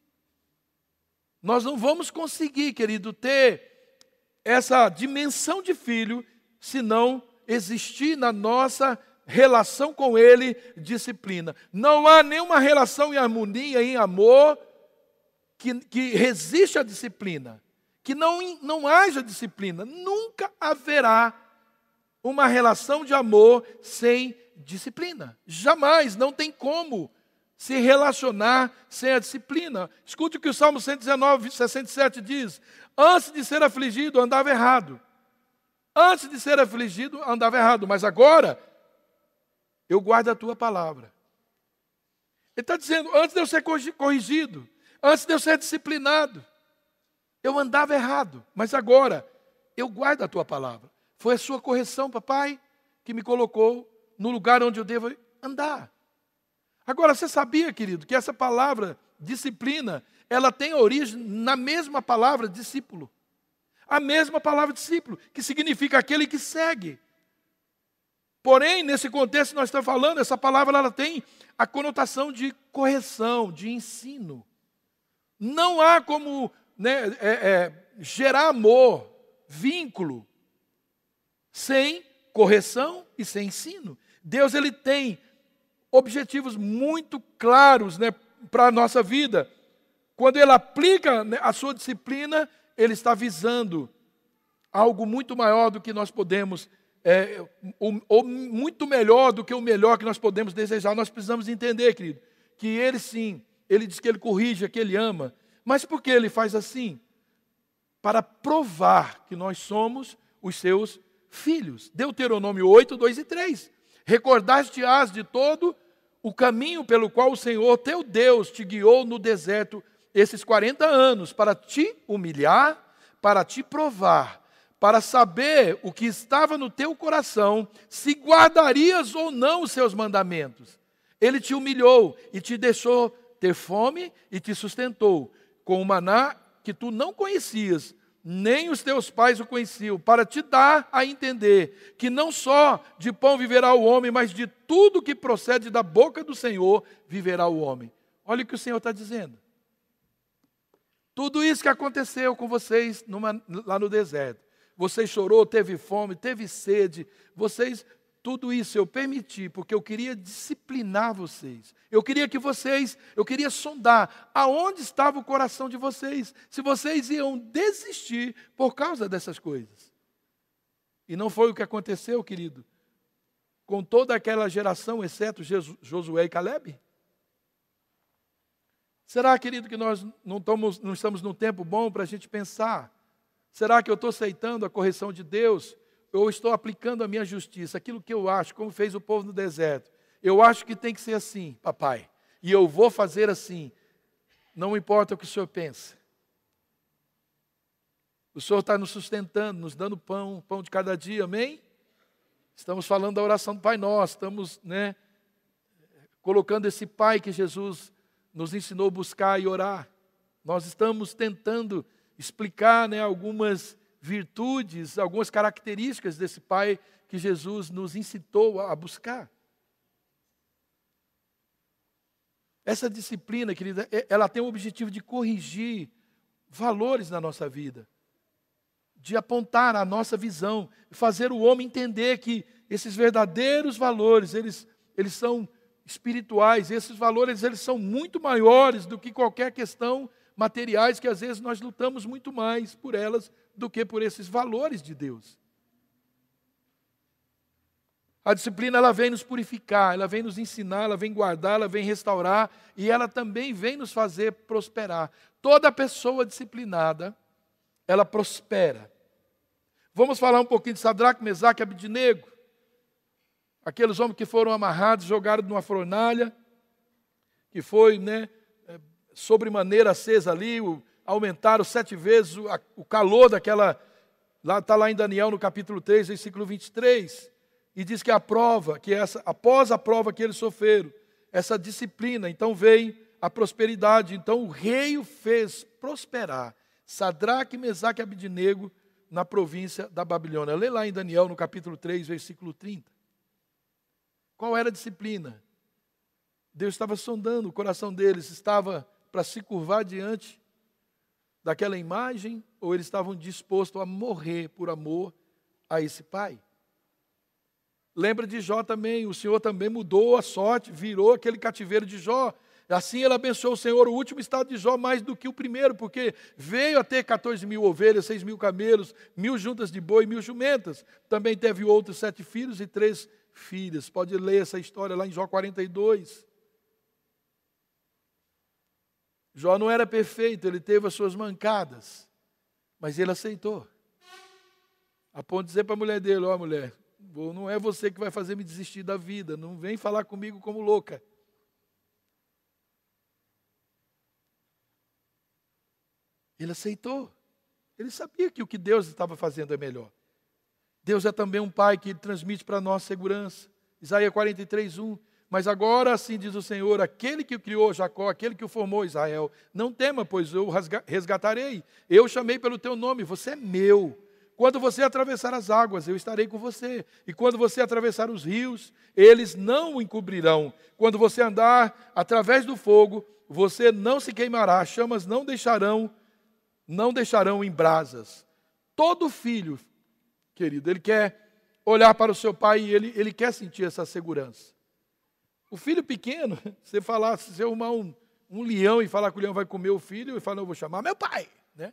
Nós não vamos conseguir, querido, ter essa dimensão de filho se não existir na nossa relação com Ele disciplina. Não há nenhuma relação em harmonia, em amor, que, que resiste à disciplina. Que não, não haja disciplina. Nunca haverá uma relação de amor sem disciplina. Jamais, não tem como se relacionar sem a disciplina. Escute o que o Salmo cento e dezenove, sessenta e sete diz. Antes de ser afligido, andava errado. Antes de ser afligido, andava errado. Mas agora, eu guardo a tua palavra. Ele está dizendo, antes de eu ser corrigido, antes de eu ser disciplinado, eu andava errado. Mas agora, eu guardo a tua palavra. Foi a sua correção, papai, que me colocou no lugar onde eu devo andar. Agora, você sabia, querido, que essa palavra disciplina, ela tem origem na mesma palavra discípulo. A mesma palavra discípulo, que significa aquele que segue. Porém, nesse contexto que nós estamos falando, essa palavra ela tem a conotação de correção, de ensino. Não há como né, é, é, gerar amor, vínculo, sem correção e sem ensino. Deus ele tem objetivos muito claros né, para a nossa vida. Quando Ele aplica né, a sua disciplina, Ele está visando algo muito maior do que nós podemos, é, ou, ou muito melhor do que o melhor que nós podemos desejar. Nós precisamos entender, querido, que Ele sim, Ele diz que Ele corrige, que Ele ama. Mas por que Ele faz assim? Para provar que nós somos os seus filhos. Deuteronômio oito, dois e três. Recordaste-ás de todo o caminho pelo qual o Senhor teu Deus te guiou no deserto esses quarenta anos, para te humilhar, para te provar, para saber o que estava no teu coração, se guardarias ou não os seus mandamentos. Ele te humilhou e te deixou ter fome e te sustentou com o maná que tu não conhecias, nem os teus pais o conheciam, para te dar a entender que não só de pão viverá o homem, mas de tudo que procede da boca do Senhor viverá o homem. Olha o que o Senhor está dizendo. Tudo isso que aconteceu com vocês numa, lá no deserto. Você chorou, teve fome, teve sede. Vocês, tudo isso eu permiti, porque eu queria disciplinar vocês. Eu queria que vocês, eu queria sondar aonde estava o coração de vocês. Se vocês iam desistir por causa dessas coisas. E não foi o que aconteceu, querido, com toda aquela geração, exceto Josué e Calebe? Será, querido, que nós não estamos, não estamos num tempo bom para a gente pensar? Será que eu estou aceitando a correção de Deus? Ou estou aplicando a minha justiça, aquilo que eu acho, como fez o povo no deserto? Eu acho que tem que ser assim, papai. E eu vou fazer assim. Não importa o que o Senhor pensa. O Senhor está nos sustentando, nos dando pão, pão de cada dia, amém? Estamos falando da oração do Pai Nosso, estamos né, colocando esse Pai que Jesus nos ensinou a buscar e orar. Nós estamos tentando explicar né, algumas virtudes, algumas características desse Pai que Jesus nos incitou a buscar. Essa disciplina, querida, ela tem o objetivo de corrigir valores na nossa vida, de apontar a nossa visão, fazer o homem entender que esses verdadeiros valores, eles, eles são espirituais. Esses valores, eles são muito maiores do que qualquer questão materiais, que às vezes nós lutamos muito mais por elas do que por esses valores de Deus. A disciplina, ela vem nos purificar, ela vem nos ensinar, ela vem guardar, ela vem restaurar, e ela também vem nos fazer prosperar. Toda pessoa disciplinada, ela prospera. Vamos falar um pouquinho de Sadraque, Mesaque e Abidnego. Aqueles homens que foram amarrados, jogados numa fornalha, que foi, né, sobremaneira acesa ali, aumentaram sete vezes o, a, o calor daquela, lá está lá em Daniel no capítulo três, versículo vinte e três, e diz que a prova, que essa, após a prova que eles sofreram, essa disciplina, então veio a prosperidade. Então o rei o fez prosperar, Sadraque, Mesaque e Abidnego, na província da Babilônia. Lê lá em Daniel no capítulo três, versículo trinta. Qual era a disciplina? Deus estava sondando o coração deles, estava para se curvar diante daquela imagem, ou eles estavam dispostos a morrer por amor a esse pai? Lembra de Jó também, o Senhor também mudou a sorte, virou aquele cativeiro de Jó. Assim ele abençoou o Senhor, o último estado de Jó, mais do que o primeiro, porque veio a ter quatorze mil ovelhas, seis mil camelos, mil juntas de boi, mil jumentas. Também teve outros sete filhos e três filhas. Pode ler essa história lá em Jó quarenta e dois. Jó não era perfeito, ele teve as suas mancadas, mas ele aceitou. A ponto de dizer para a mulher dele: ó, mulher, não é você que vai fazer me desistir da vida, não vem falar comigo como louca. Ele aceitou. Ele sabia que o que Deus estava fazendo é melhor. Deus é também um pai que transmite para nós segurança. Isaías quarenta e três, um. Mas agora assim diz o Senhor, aquele que o criou, Jacó, aquele que o formou, Israel, não tema, pois eu o resgatarei. Eu chamei pelo teu nome, você é meu. Quando você atravessar as águas, eu estarei com você. E quando você atravessar os rios, eles não o encobrirão. Quando você andar através do fogo, você não se queimará, as chamas não deixarão, não deixarão em brasas. Todo filho, querido, ele quer olhar para o seu pai e ele, ele quer sentir essa segurança. O filho pequeno, você falar, se você arrumar um, um leão e falar que o leão vai comer o filho, e fala, não, eu vou chamar meu pai, né?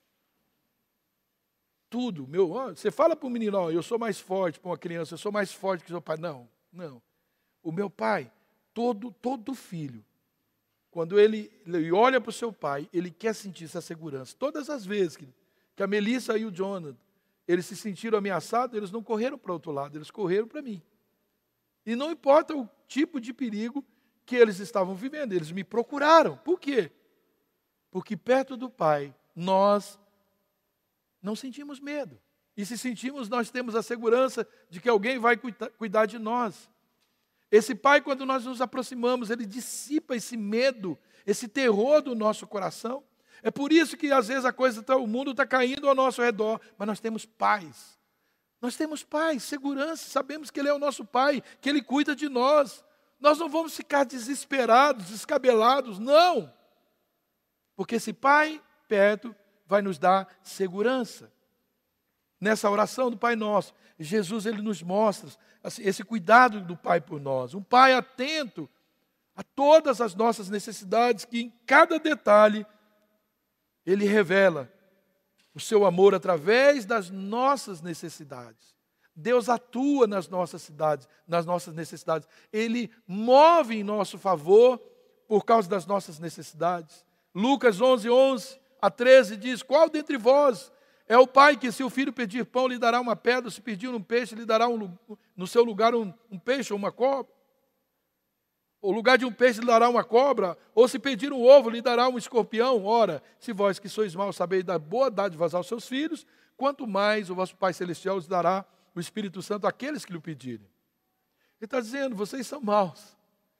Tudo, meu, ó, você fala para o menino, ó, eu sou mais forte, para uma criança, eu sou mais forte que seu pai. Não, não. O meu pai, todo, todo filho, quando ele, ele olha para o seu pai, ele quer sentir essa segurança. Todas as vezes que, que a Melissa e o Jonathan, eles se sentiram ameaçados, eles não correram para o outro lado, eles correram para mim. E não importa o tipo de perigo que eles estavam vivendo, eles me procuraram. Por quê? Porque perto do pai, nós não sentimos medo. E se sentimos, nós temos a segurança de que alguém vai cuidar de nós. Esse pai, quando nós nos aproximamos, ele dissipa esse medo, esse terror do nosso coração. É por isso que às vezes a coisa tá, o mundo está caindo ao nosso redor, mas nós temos paz. Nós temos paz, segurança, sabemos que Ele é o nosso Pai, que Ele cuida de nós. Nós não vamos ficar desesperados, descabelados, não. Porque esse Pai perto vai nos dar segurança. Nessa oração do Pai Nosso, Jesus ele nos mostra assim, esse cuidado do Pai por nós. Um Pai atento a todas as nossas necessidades, que em cada detalhe Ele revela o seu amor através das nossas necessidades. Deus atua nas nossas cidades, nas nossas necessidades. Ele move em nosso favor por causa das nossas necessidades. Lucas onze, onze a treze diz, qual dentre vós é o pai que, se o filho pedir pão, lhe dará uma pedra, se pedir um peixe, lhe dará um, no seu lugar um, um peixe ou uma cobra? O lugar de um peixe lhe dará uma cobra, ou se pedir um ovo, lhe dará um escorpião. Ora, se vós que sois maus sabeis dar boa dádivas aos seus filhos, quanto mais o vosso Pai Celestial lhes dará o Espírito Santo àqueles que lhe pedirem. Ele está dizendo, vocês são maus.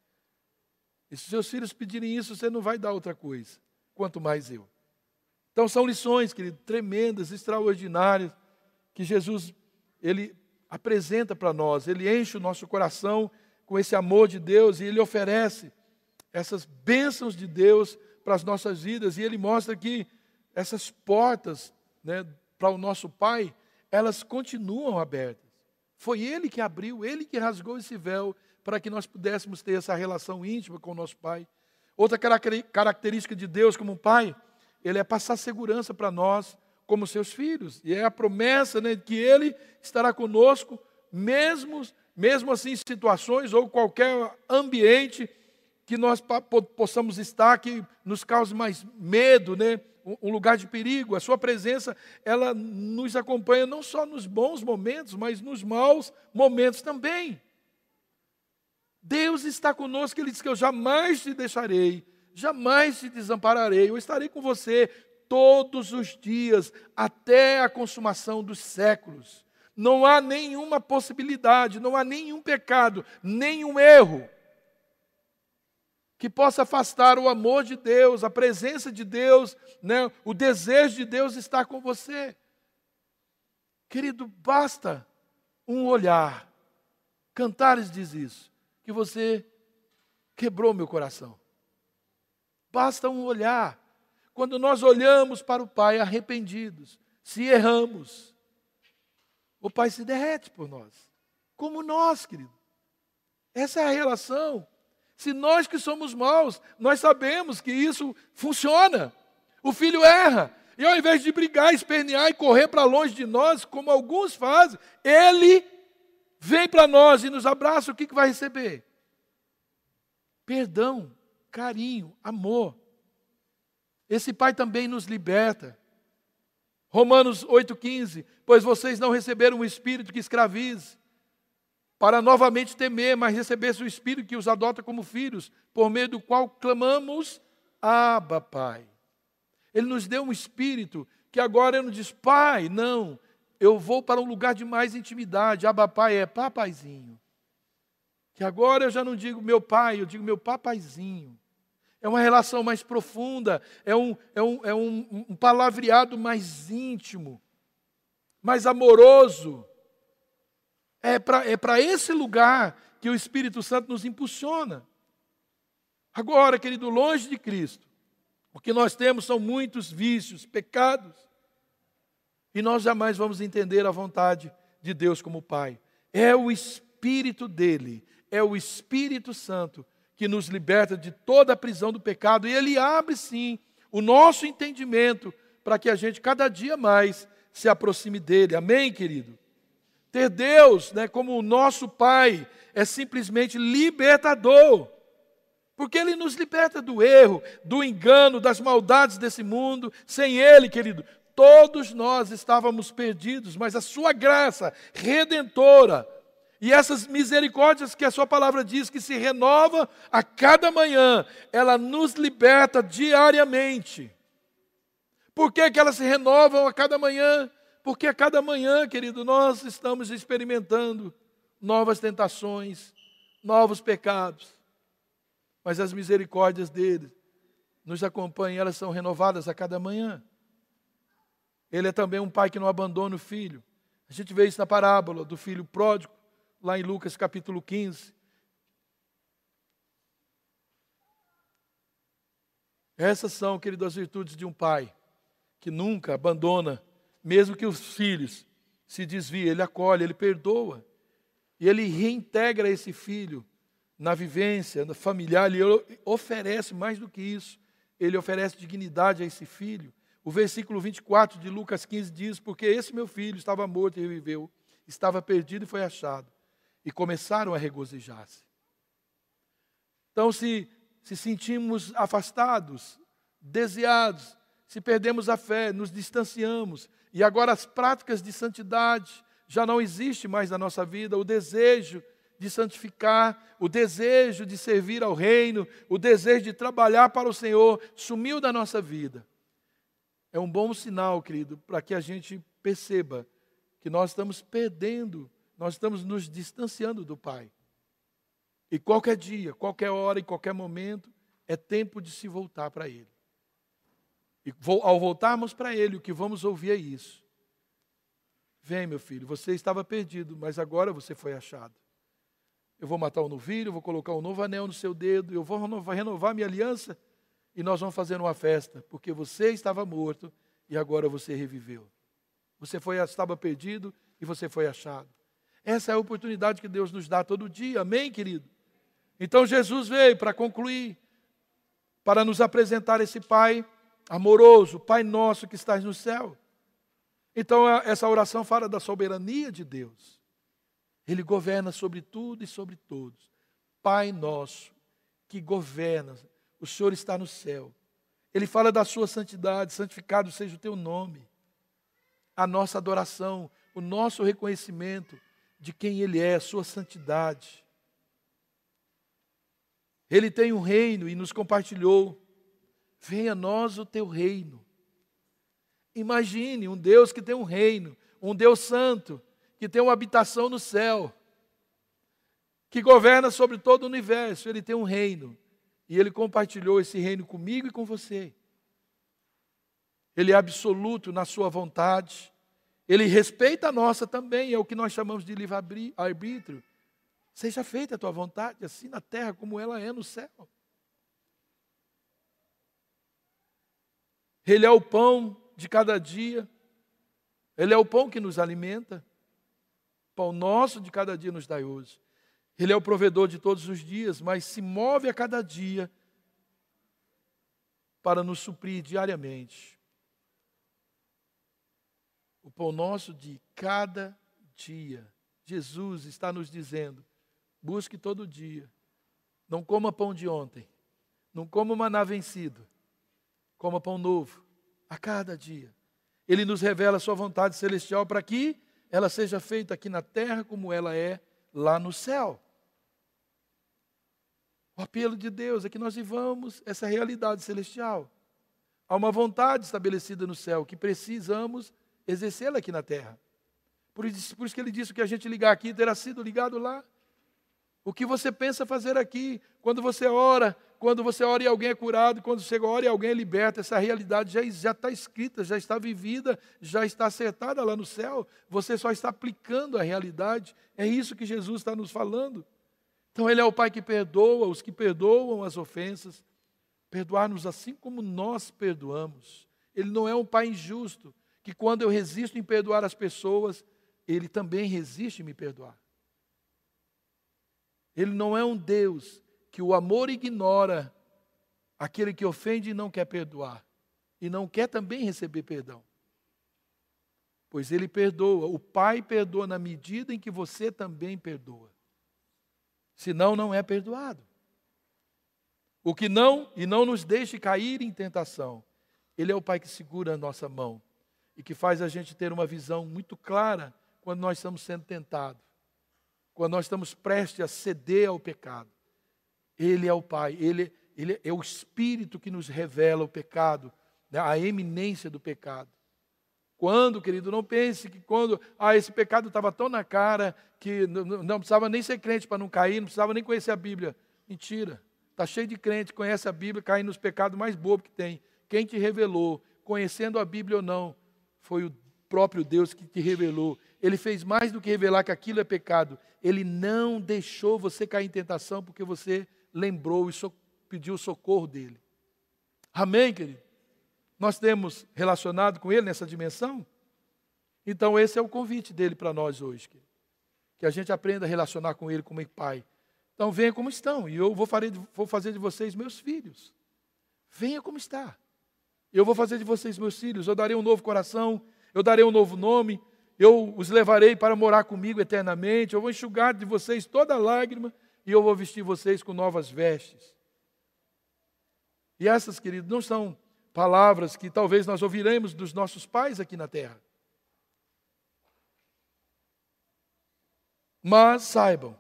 E se seus filhos pedirem isso, você não vai dar outra coisa, quanto mais eu. Então são lições, querido, tremendas, extraordinárias, que Jesus ele apresenta para nós. Ele enche o nosso coração com esse amor de Deus, e Ele oferece essas bênçãos de Deus para as nossas vidas, e Ele mostra que essas portas, né, para o nosso Pai, elas continuam abertas. Foi Ele que abriu, Ele que rasgou esse véu para que nós pudéssemos ter essa relação íntima com o nosso Pai. Outra característica de Deus como um Pai, Ele é passar segurança para nós como seus filhos. E é a promessa, né, que Ele estará conosco, mesmo, mesmo assim em situações ou qualquer ambiente que nós possamos estar, que nos cause mais medo, né? Um lugar de perigo. A sua presença, ela nos acompanha não só nos bons momentos, mas nos maus momentos também. Deus está conosco, Ele diz que eu jamais te deixarei, jamais te desampararei, eu estarei com você todos os dias, até a consumação dos séculos. Não há nenhuma possibilidade, não há nenhum pecado, nenhum erro que possa afastar o amor de Deus, a presença de Deus, né, o desejo de Deus estar com você. Querido, basta um olhar. Cantares diz isso, que você quebrou meu coração. Basta um olhar. Quando nós olhamos para o Pai arrependidos, se erramos, o Pai se derrete por nós. Como nós, querido. Essa é a relação. Se nós que somos maus, nós sabemos que isso funciona. O filho erra. E ao invés de brigar, espernear e correr para longe de nós, como alguns fazem, ele vem para nós e nos abraça. O que, que vai receber? Perdão, carinho, amor. Esse Pai também nos liberta. Romanos oito, quinze. Pois vocês não receberam um espírito que escravize, para novamente temer, mas recebesse o Espírito que os adota como filhos, por meio do qual clamamos, Abba, Pai. Ele nos deu um Espírito que agora ele não diz, Pai, não, eu vou para um lugar de mais intimidade. Abba, Pai é papaizinho. Que agora eu já não digo meu pai, eu digo meu papaizinho. É uma relação mais profunda, é um, é um, é um, um palavreado mais íntimo, mais amoroso. É para é para esse lugar que o Espírito Santo nos impulsiona. Agora, querido, longe de Cristo, o que nós temos são muitos vícios, pecados, e nós jamais vamos entender a vontade de Deus como Pai. É o Espírito dele, é o Espírito Santo que nos liberta de toda a prisão do pecado, e Ele abre sim o nosso entendimento para que a gente cada dia mais se aproxime dele. Amém, querido? Ter Deus, né, como o nosso Pai é simplesmente libertador, porque Ele nos liberta do erro, do engano, das maldades desse mundo. Sem Ele, querido, todos nós estávamos perdidos, mas a sua graça redentora e essas misericórdias que a sua palavra diz que se renova a cada manhã, ela nos liberta diariamente. Por que que elas se renovam a cada manhã? Porque a cada manhã, querido, nós estamos experimentando novas tentações, novos pecados. Mas as misericórdias dele nos acompanham, elas são renovadas a cada manhã. Ele é também um pai que não abandona o filho. A gente vê isso na parábola do filho pródigo, lá em Lucas capítulo quinze. Essas são, querido, as virtudes de um pai que nunca abandona, mesmo que os filhos se desviem, ele acolhe, ele perdoa. E ele reintegra esse filho na vivência, na familiar, ele oferece mais do que isso. Ele oferece dignidade a esse filho. O versículo vinte e quatro de Lucas quinze diz, porque esse meu filho estava morto e reviveu, estava perdido e foi achado. E começaram a regozijar-se. Então, se, se sentimos afastados, desviados, se perdemos a fé, nos distanciamos, e agora as práticas de santidade já não existem mais na nossa vida, o desejo de santificar, o desejo de servir ao reino, o desejo de trabalhar para o Senhor, sumiu da nossa vida. É um bom sinal, querido, para que a gente perceba que nós estamos perdendo, nós estamos nos distanciando do Pai. E qualquer dia, qualquer hora, em qualquer momento, é tempo de se voltar para Ele. E ao voltarmos para Ele, o que vamos ouvir é isso. Vem, meu filho, você estava perdido, mas agora você foi achado. Eu vou matar o novilho, eu vou colocar um novo anel no seu dedo, eu vou renovar, renovar minha aliança, e nós vamos fazer uma festa, porque você estava morto e agora você reviveu. Você foi, estava perdido e você foi achado. Essa é a oportunidade que Deus nos dá todo dia, amém, querido? Então Jesus veio para concluir, para nos apresentar esse Pai amoroso, Pai nosso que estás no céu. Então essa oração fala da soberania de Deus. Ele governa sobre tudo e sobre todos. Pai nosso que governa, o Senhor está no céu. Ele fala da sua santidade, santificado seja o teu nome. A nossa adoração, o nosso reconhecimento de quem Ele é, a sua santidade. Ele tem um reino e nos compartilhou. Venha a nós o teu reino. Imagine um Deus que tem um reino, um Deus santo, que tem uma habitação no céu, que governa sobre todo o universo. Ele tem um reino. E Ele compartilhou esse reino comigo e com você. Ele é absoluto na sua vontade. Ele respeita a nossa também, é o que nós chamamos de livre-arbítrio. Seja feita a tua vontade, assim na terra como ela é no céu. Ele é o pão de cada dia. Ele é o pão que nos alimenta. Pão nosso de cada dia nos dai hoje. Ele é o provedor de todos os dias, mas se move a cada dia para nos suprir diariamente. O pão nosso de cada dia. Jesus está nos dizendo, busque todo dia. Não coma pão de ontem. Não coma maná vencido. Coma pão novo, a cada dia. Ele nos revela a sua vontade celestial para que ela seja feita aqui na terra como ela é lá no céu. O apelo de Deus é que nós vivamos essa realidade celestial. Há uma vontade estabelecida no céu que precisamos exercê-la aqui na terra. Por isso, por isso que ele disse que a gente ligar aqui terá sido ligado lá. O que você pensa fazer aqui, quando você ora, quando você ora e alguém é curado, quando você ora e alguém é liberto, essa realidade já, já está escrita, já está vivida, já está acertada lá no céu. Você só está aplicando a realidade. É isso que Jesus está nos falando. Então Ele é o Pai que perdoa os que perdoam as ofensas. Perdoar-nos assim como nós perdoamos. Ele não é um Pai injusto, que quando eu resisto em perdoar as pessoas, Ele também resiste em me perdoar. Ele não é um Deus que o amor ignora aquele que ofende e não quer perdoar. E não quer também receber perdão. Pois Ele perdoa, o Pai perdoa na medida em que você também perdoa. Senão não é perdoado. O que não, e não nos deixe cair em tentação. Ele é o Pai que segura a nossa mão e que faz a gente ter uma visão muito clara quando nós estamos sendo tentados. Quando nós estamos prestes a ceder ao pecado. Ele é o Pai, Ele, ele é o Espírito que nos revela o pecado, né, a eminência do pecado. Quando, querido, não pense que quando, ah, esse pecado estava tão na cara que não, não precisava nem ser crente para não cair, não precisava nem conhecer a Bíblia. Mentira. Está cheio de crente, conhece a Bíblia, cai nos pecados mais bobos que tem. Quem te revelou, conhecendo a Bíblia ou não, foi o próprio Deus que te revelou. Ele fez mais do que revelar que aquilo é pecado. Ele não deixou você cair em tentação porque você lembrou e so, pediu o socorro dele. Amém, querido? Nós temos relacionado com Ele nessa dimensão? Então esse é o convite dele para nós hoje. Querido. Que a gente aprenda a relacionar com Ele como Pai. Então venha como estão, e eu vou, farei, vou fazer de vocês meus filhos. Venha como está. Eu vou fazer de vocês meus filhos, eu darei um novo coração, eu darei um novo nome, eu os levarei para morar comigo eternamente, eu vou enxugar de vocês toda lágrima, e eu vou vestir vocês com novas vestes. E essas, queridos, não são palavras que talvez nós ouviremos dos nossos pais aqui na terra. Mas saibam,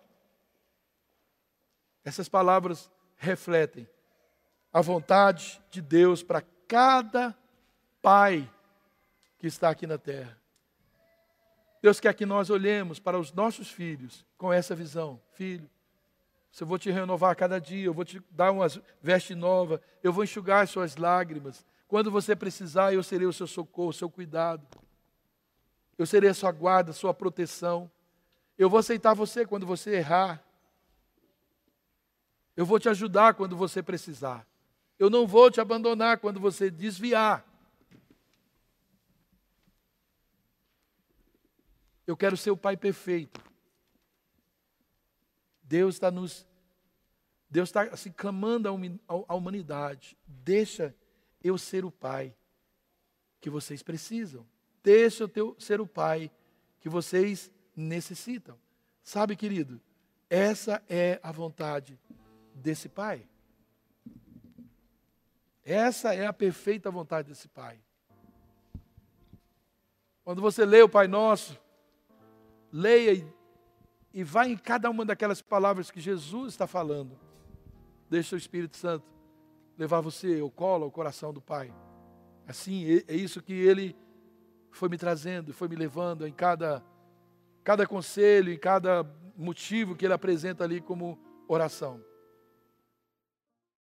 essas palavras refletem a vontade de Deus para cada pai que está aqui na terra. Deus quer que nós olhemos para os nossos filhos com essa visão. Filho, eu vou te renovar a cada dia, eu vou te dar uma veste nova, eu vou enxugar as suas lágrimas. Quando você precisar, eu serei o seu socorro, o seu cuidado. Eu serei a sua guarda, a sua proteção. Eu vou aceitar você quando você errar. Eu vou te ajudar quando você precisar. Eu não vou te abandonar quando você desviar. Eu quero ser o Pai perfeito Deus está nos, Deus está assim, clamando à humi- à humanidade, deixa eu ser o pai que vocês precisam. Deixa eu ter- ser o pai que vocês necessitam. Sabe, querido, essa é a vontade desse pai. Essa é a perfeita vontade desse pai. Quando você lê o Pai Nosso, leia e, e vá em cada uma daquelas palavras que Jesus está falando. Deixa o Espírito Santo levar você ao colo, ao coração do Pai. Assim, é, é isso que Ele foi me trazendo, foi me levando em cada, cada conselho, em cada motivo que Ele apresenta ali como oração.